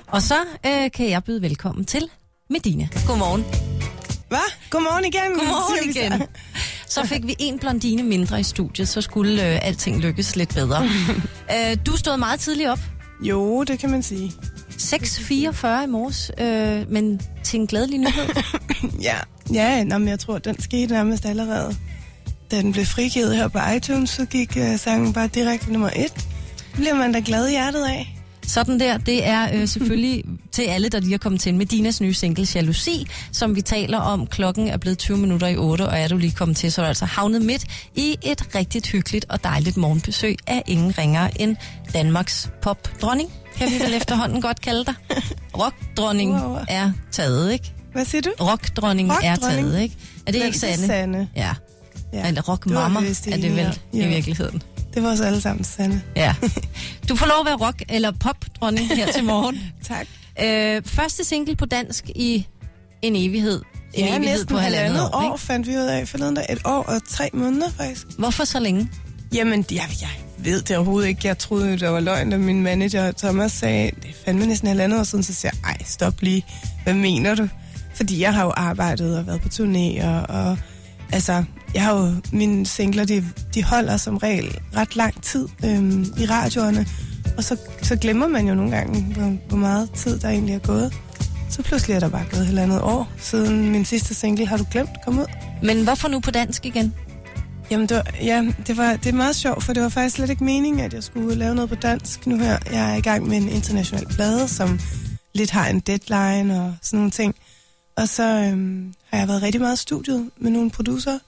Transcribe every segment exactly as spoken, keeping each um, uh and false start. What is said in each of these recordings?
Og så øh, kan jeg byde velkommen til Medina. Godmorgen. Hvad? Godmorgen igen. Godmorgen igen. Så fik vi en blondine mindre i studiet, så skulle øh, alting lykkes lidt bedre. øh, du stod meget tidligt op. Jo, det kan man sige. seks fireogfyrre i morges, øh, men til en glædelig nyhed. ja, ja nå, men jeg tror, den skete nærmest allerede. Da den blev frigivet her på iTunes, så gik øh, sangen bare direkte nummer et. Det bliver man da glad i hjertet af. Sådan der, det er øh, selvfølgelig til alle, der lige er kommet til med Dinas nye single, Jalousi, som vi taler om. Klokken er blevet tyve minutter i otte, og er du lige kommet til, så er du altså havnet midt i et rigtig hyggeligt og dejligt morgenbesøg af ingen ringere end Danmarks popdronning. Kan vi vel efterhånden godt kalde dig? Rockdronning wow. er taget, ikke? Hvad siger du? Rockdronning er taget, ikke? Er det Men ikke Sanne? Sanne? Ja. ja. Eller rockmamma er det vel ja. i virkeligheden. Det var også alle sammen Sanne. Ja. Du får lov at være rock- eller popdronning her til morgen. Tak. Øh, første single på dansk i en evighed. En ja, evighed næsten på halvandet år, år fandt vi ud af forleden dag. Et år og tre måneder, faktisk. Hvorfor så længe? Jamen, jeg, jeg ved det overhovedet ikke. Jeg troede, det var løgn, da min manager Thomas sagde, det fandme næsten halvandet år siden, så siger jeg, ej, stop lige. Hvad mener du? Fordi jeg har jo arbejdet og været på turné, og, og altså, jeg har jo, mine singler, de, de holder som regel ret lang tid øhm, i radioerne, og så, så glemmer man jo nogle gange, hvor, hvor meget tid der egentlig er gået. Så pludselig er der bare gået halvandet år siden min sidste single. Har du glemt at komme ud? Men hvorfor nu på dansk igen? Jamen, det var, ja, det, var, det er meget sjovt, for det var faktisk slet ikke meningen, at jeg skulle lave noget på dansk nu her. Jeg er i gang med en international plade, som lidt har en deadline og sådan nogle ting. Og så øhm, har jeg været rigtig meget i studiet med nogle producer.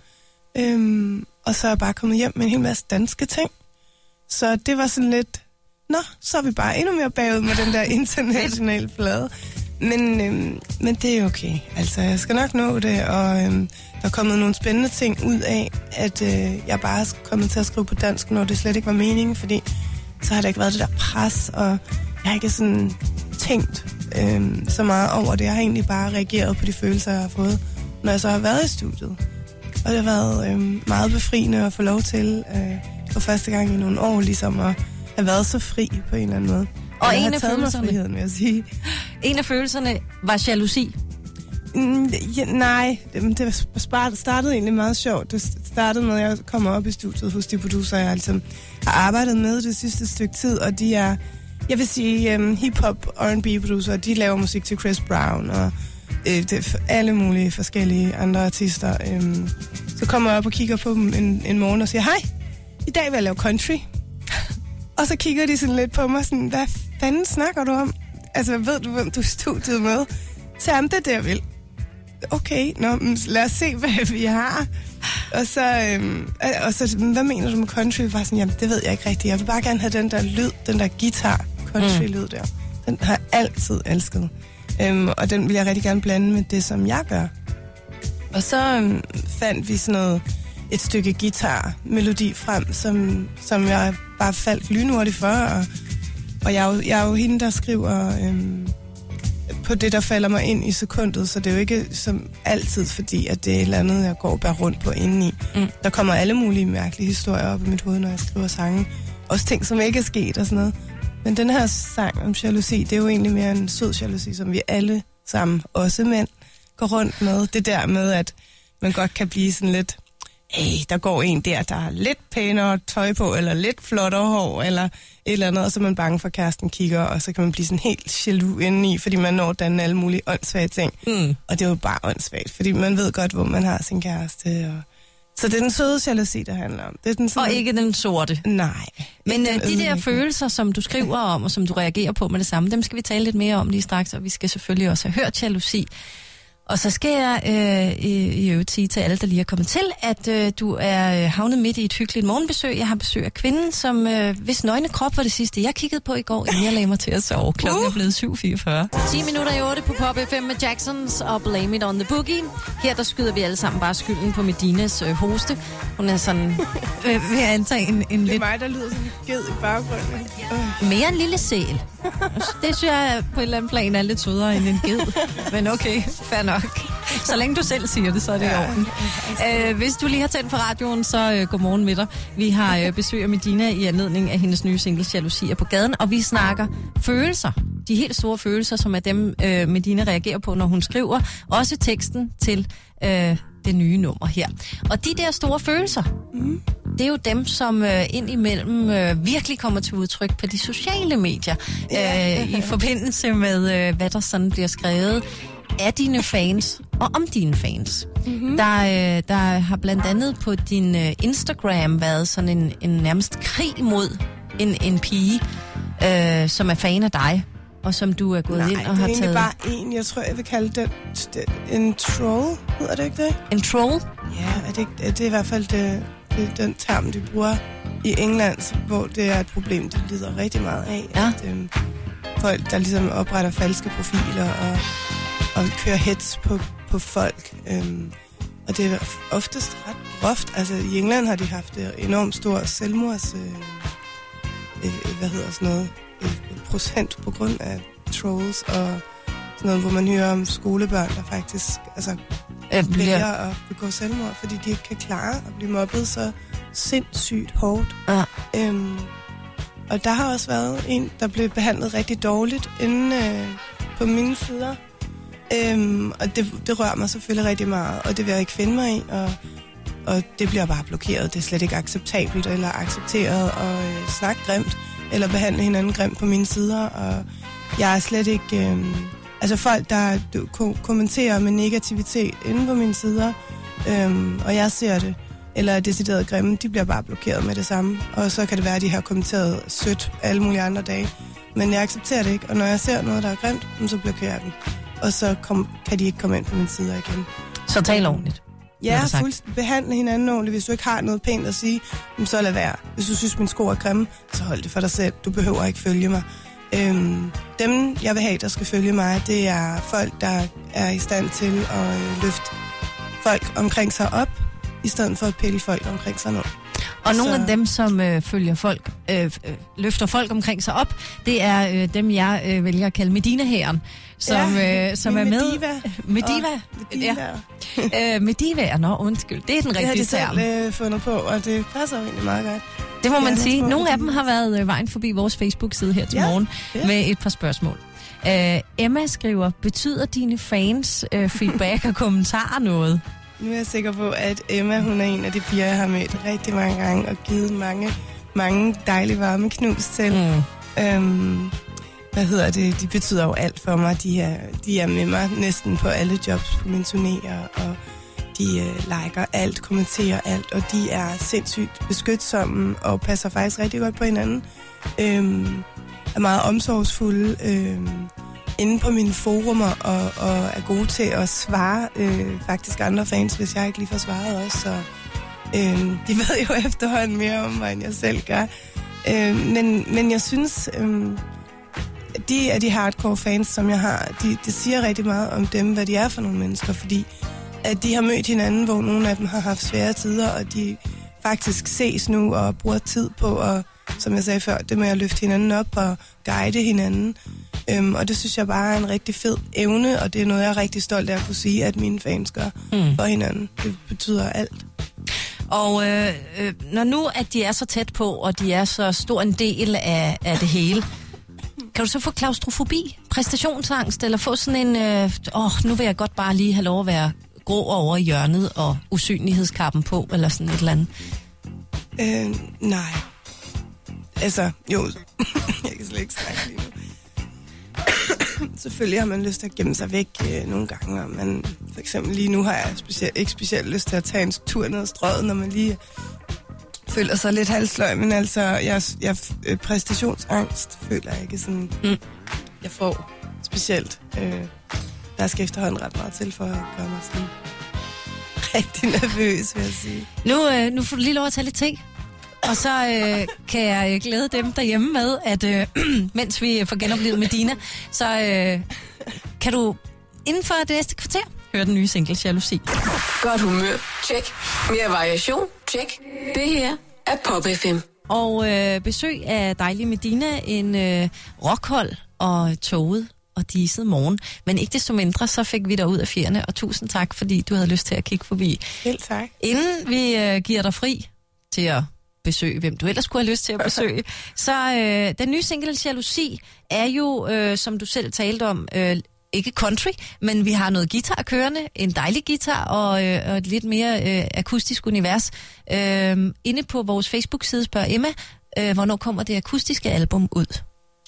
Øhm, og så er jeg bare kommet hjem med en hel masse danske ting. Så det var sådan lidt, nå, så er vi bare endnu mere bagud med den der internationale plade. Men, øhm, men det er okay. Altså, jeg skal nok nå det, og øhm, der er kommet nogle spændende ting ud af, at øh, jeg bare er kommet til at skrive på dansk, når det slet ikke var meningen, fordi så har der ikke været det der pres, og jeg har ikke sådan tænkt øhm, så meget over det. Jeg har egentlig bare reageret på de følelser, jeg har fået, når jeg så har været i studiet. Og det har været øhm, meget befriende at få lov til øh, for første gang i nogle år, ligesom at have været så fri på en eller anden måde. Og jeg en af følelserne, friheden, vil jeg sige. En af følelserne var jalousi. Mm, ja, nej, det, det startede egentlig meget sjovt. Det startede med, at jeg kommer op i studiet hos de producer, jeg ligesom har arbejdet med det sidste stykke tid, og de er, jeg vil sige, um, hip-hop R and B-producer, de laver musik til Chris Brown, og øh, det, alle mulige forskellige andre artister. Um, så kommer jeg op og kigger på dem en, en morgen og siger, hej, i dag vil jeg lave country. Og så kigger de sådan lidt på mig, sådan, hvad fanden snakker du om? Altså, ved du, hvem du er studiet med? Så jamen, det er det, jeg vil. Okay, nå, lad os se, hvad vi har. Og så, øhm, og så hvad mener du med country? Jeg var sådan, jamen, det ved jeg ikke rigtigt. Jeg vil bare gerne have den der lyd, den der guitar country-lyd der. Den har jeg altid elsket. Øhm, og den vil jeg rigtig gerne blande med det, som jeg gør. Og så øhm, fandt vi sådan noget, et stykke guitar-melodi frem, som, som jeg bare faldt lynhurtigt for. Og, og jeg, er jo, jeg er jo hende, der skriver øhm, på det, der falder mig ind i sekundet, så det er jo ikke som altid, fordi at det er et eller andet, jeg går bare rundt på indeni. Mm. Der kommer alle mulige mærkelige historier op i mit hoved, når jeg skriver sange. Også ting, som ikke er sket og sådan noget. Men den her sang om jalousi, det er jo egentlig mere en sød jalousi, som vi alle sammen, også mænd, går rundt med. Det der med, at man godt kan blive sådan lidt, hey, der går en der, der har lidt pænere tøj på, eller lidt flottere hår, eller et eller andet, og så er man bange for, at kæresten kigger, og så kan man blive sådan helt jaloux indeni, fordi man når danne alle mulige åndssvage ting. Mm. Og det er jo bare åndssvagt, fordi man ved godt, hvor man har sin kæreste. Og... Så det er den søde jalousi, der handler om. Det er den sådan... Og ikke den sorte. Nej. Men uh, de der følelser, som du skriver om, og som du reagerer på med det samme, dem skal vi tale lidt mere om lige straks, og vi skal selvfølgelig også have hørt jalousi. Og så skal jeg øh, i øvrigt sige til alle, der lige er kommet til, at øh, du er øh, havnet midt i et hyggeligt morgenbesøg. Jeg har besøg af kvinden, som øh, hvis nøgne krop var det sidste, jeg kiggede på i går, inden jeg lagde mig til at sove. Klokken er blevet syv fireogfyrre. ti minutter i otte på Pop F M med Jacksons og Blame It On The Boogie. Her der skyder vi alle sammen bare skylden på Medinas øh, hoste. Hun er sådan øh, ved at antage en, en lidt... Det er mig, der lyder som en ged i baggrunden. Øh. Mere en lille sæl. Det synes jeg på et eller andet plan er lidt sødere end en ged. Men okay, fair nok. Så længe du selv siger det, så er det i orden. Øh, hvis du lige har tændt på radioen, så øh, godmorgen med dig. Vi har øh, besøg af Medina i anledning af hendes nye single Jalousi på gaden, og vi snakker følelser. de helt store følelser, som er dem, øh, Medina reagerer på, når hun skriver. Også teksten til øh, det nye nummer her. Og de der store følelser, mm. det er jo dem, som øh, indimellem øh, virkelig kommer til udtryk på de sociale medier. Ja. Øh, I forbindelse med, øh, hvad der sådan bliver skrevet af dine fans og om dine fans. Mm-hmm. Der, øh, der har blandt andet på din øh, Instagram været sådan en, en nærmest krig mod en, en pige, øh, som er fan af dig, og som du er gået Nej, ind og har taget... Nej, det er bare en, jeg tror, jeg vil kalde den, den en troll, hedder det ikke det? En troll? Ja, er det, ikke, er det er i hvert fald det, det, den term, de bruger i England, hvor det er et problem, de lider rigtig meget af. Ja. At, øhm, folk, der ligesom opretter falske profiler og, og kører hets på, på folk. Øhm, og det er oftest ret groft. Altså, i England har de haft enormt stor selvmords... Øh, øh, hvad hedder sådan noget... Øh, procent på grund af trolls og sådan noget, hvor man hører om skolebørn, der faktisk altså, øh, vælger at begå selvmord, fordi de ikke kan klare at blive mobbet så sindssygt hårdt. Ja. Øhm, og der har også været en, der blev behandlet rigtig dårligt inde øh, på mine sider. Øhm, og det, det rører mig selvfølgelig rigtig meget, og det vil jeg ikke finde mig i, og, og det bliver bare blokeret. Det er slet ikke acceptabelt eller accepteret at øh, snakke grimt eller behandle hinanden grimt på mine sider, og jeg er slet ikke... Øh, altså folk, der ko- kommenterer med negativitet inde på mine sider, øh, og jeg ser det, eller er decideret grimme, de bliver bare blokeret med det samme, og så kan det være, at de har kommenteret sødt alle mulige andre dage, men jeg accepterer det ikke, og når jeg ser noget, der er grimt, så blokerer jeg den, og så kom, kan de ikke komme ind på mine sider igen. Så tal ordentligt. Ja, fuldstændig behandle hinanden ordentligt. Hvis du ikke har noget pænt at sige, så lad være. Hvis du synes, min sko er grimme, så hold det for dig selv. Du behøver ikke følge mig. Øhm, dem, jeg vil have, der skal følge mig, det er folk, der er i stand til at øh, løfte folk omkring sig op, i stedet for at pille folk omkring sig ned. Og så... nogle af dem, som øh, følger folk, øh, øh, løfter folk omkring sig op, det er øh, dem, jeg øh, vælger at kalde Medina-hæren, som, ja, øh, som er med... Mediva. Mediva. Mediva. Ja. øh, Mediva, nå undskyld, det er den rigtige term. Det har de selv øh, fundet på, og det passer jo egentlig meget godt. Det må man ja, sige. Nogle af dem har været øh, vejen forbi vores Facebook-side her til ja, morgen ja. med et par spørgsmål. Øh, Emma skriver, betyder dine fans øh, feedback og kommentarer noget? Nu er jeg sikker på, at Emma, hun er en af de piger, jeg har mødt rigtig mange gange og givet mange, mange dejlige varme knus til. Mm. Øhm, hvad hedder det? De betyder jo alt for mig. De er, de er med mig næsten på alle jobs på mine turnéer, og de øh, liker alt, kommenterer alt, og de er sindssygt beskytsomme og passer faktisk rigtig godt på hinanden. Øhm, er meget omsorgsfulde øhm, inde på mine forumer og, og er gode til at svare øh, faktisk andre fans, hvis jeg ikke lige får svaret også. Så øh, de ved jo efterhånden mere om mig, end jeg selv gør. Øh, men, men jeg synes, øh, de af de hardcore fans, som jeg har, de, de siger rigtig meget om dem, hvad de er for nogle mennesker, fordi at de har mødt hinanden, hvor nogle af dem har haft svære tider, og de faktisk ses nu og bruger tid på at, som jeg sagde før, det med at løfte hinanden op og guide hinanden. Øhm, og det synes jeg bare er en rigtig fed evne, og det er noget, jeg er rigtig stolt af at kunne sige, at mine fans gør mm. for hinanden. Det betyder alt. Og øh, øh, når nu, at de er så tæt på, og de er så stor en del af, af det hele, kan du så få klaustrofobi, præstationsangst, eller få sådan en, øh, åh, nu vil jeg godt bare lige have lov at være grå over i hjørnet og usynlighedskappen på, eller sådan et eller andet? Øh, nej. Altså, jo, jeg kan slet ikke snakke lige nu. Selvfølgelig har man lyst til at gemme sig væk øh, nogle gange, og man, for eksempel lige nu har jeg specielt, ikke specielt lyst til at tage en tur ned ad strøget, når man lige føler sig lidt halsløg, men altså, jeg, jeg præstationsangst føler jeg ikke sådan, mm. jeg får specielt. Øh, der skal efterhånden ret meget til for at gøre mig sådan rigtig nervøs, vil jeg sige. Nu, øh, nu får du lige lov at tage lidt te. Og så øh, kan jeg glæde dem derhjemme med, at øh, mens vi får genoplevet Medina, så øh, kan du inden for det næste kvarter høre den nye single Jalousi. Godt humør. Check. Mere variation. Check. Det her er Pop F M. Og øh, besøg af dejlige Medina, en øh, rockhold og toget og diset morgen. Men ikke desto mindre, så fik vi dig ud af fjerne, og tusind tak, fordi du havde lyst til at kigge forbi. Helt tak. Inden vi øh, giver dig fri til at besøge, hvem du ellers kunne have lyst til at besøge. Så øh, den nye single, Jalousi, er jo, øh, som du selv talte om, øh, ikke country, men vi har noget guitar kørende, en dejlig guitar og, øh, og et lidt mere øh, akustisk univers. Øh, inde på vores Facebook-side spørger Emma, øh, hvornår kommer det akustiske album ud?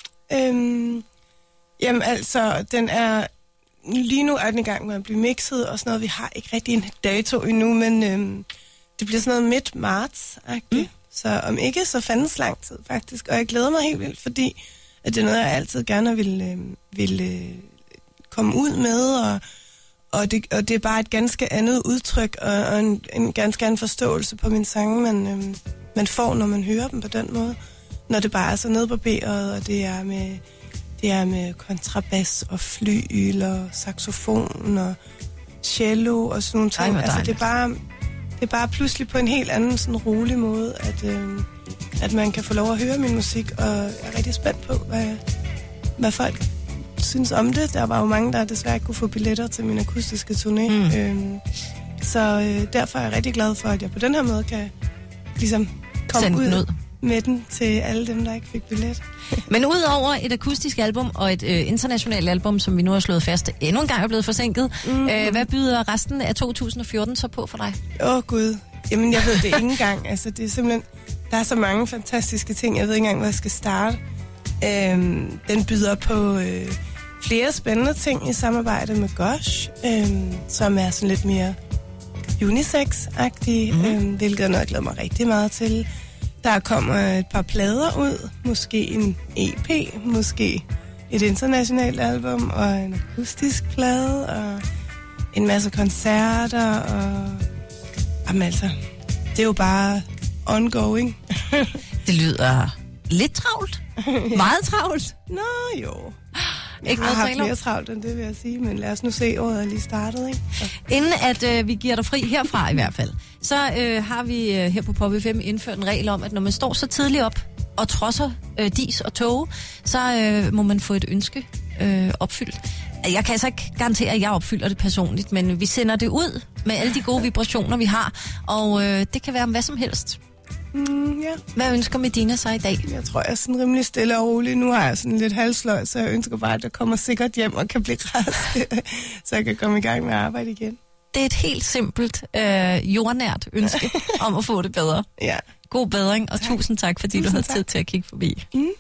Øhm, jamen altså, den er... Lige nu er den i gang med at blive mixet og sådan noget. Vi har ikke rigtig en dato endnu, men øhm, det bliver sådan noget midt marts-agtigt. Mm. Så om ikke, så fandens lang tid faktisk. Og jeg glæder mig helt vildt, fordi at det er noget, jeg altid gerne vil, øh, vil øh, komme ud med. Og, og, det, og det er bare et ganske andet udtryk og, og en, en ganske anden forståelse på mine sange, man, øh, man får, når man hører dem på den måde. Når det bare er så nedbarberet, og det er med... Det er med kontrabas og flyl og saxofon og cello og sådan nogle ting. Ej, altså, det er bare det er bare pludselig på en helt anden sådan rolig måde, at, øh, at man kan få lov at høre min musik, og jeg er rigtig spændt på, hvad, hvad folk synes om det. Der var jo mange, der desværre ikke kunne få billetter til min akustiske turné. Mm. Øh, så øh, derfor er jeg rigtig glad for, at jeg på den her måde kan ligesom komme ud, ud med den til alle dem, der ikke fik billet. Men udover et akustisk album og et øh, internationalt album, som vi nu har slået fast endnu en gang er blevet forsinket, mm-hmm. øh, hvad byder resten af to tusind og fjorten så på for dig? Åh oh, gud, jamen jeg ved det ikke engang. Altså det er simpelthen, der er så mange fantastiske ting, jeg ved ikke engang, hvor jeg skal starte. Øhm, den byder på øh, flere spændende ting i samarbejde med Gosh, øh, som er sådan lidt mere unisex-agtige, mm-hmm. øh, hvilket er noget, jeg glæder mig rigtig meget til. Der kommer et par plader ud, måske en E P, måske et internationalt album og en akustisk plade og en masse koncerter og jamen altså, det er jo bare ongoing. Det lyder lidt travlt. Meget travlt. Nå jo. Jeg ikke har noget haft mere travlt end det, vil jeg sige, men lad os nu se, året er lige startet, ikke? Så. Inden at øh, vi giver dig fri herfra i hvert fald, så øh, har vi øh, her på Pop F M indført en regel om, at når man står så tidligt op og trodser øh, dis og tog, så øh, må man få et ønske øh, opfyldt. Jeg kan altså ikke garantere, at jeg opfylder det personligt, men vi sender det ud med alle de gode vibrationer, vi har, og øh, det kan være om hvad som helst. Mm, ja. Hvad ønsker Medina sig i dag? Jeg tror, jeg er sådan rimelig stille og rolig. Nu har jeg sådan lidt halsløg, så jeg ønsker bare, at jeg kommer sikkert hjem og kan blive rask, så jeg kan komme i gang med at arbejde igen. Det er et helt simpelt, øh, jordnært ønske om at få det bedre. Ja. God bedring, og tak. Tusind tak, fordi tusind du havde tak. tid til at kigge forbi. Mm.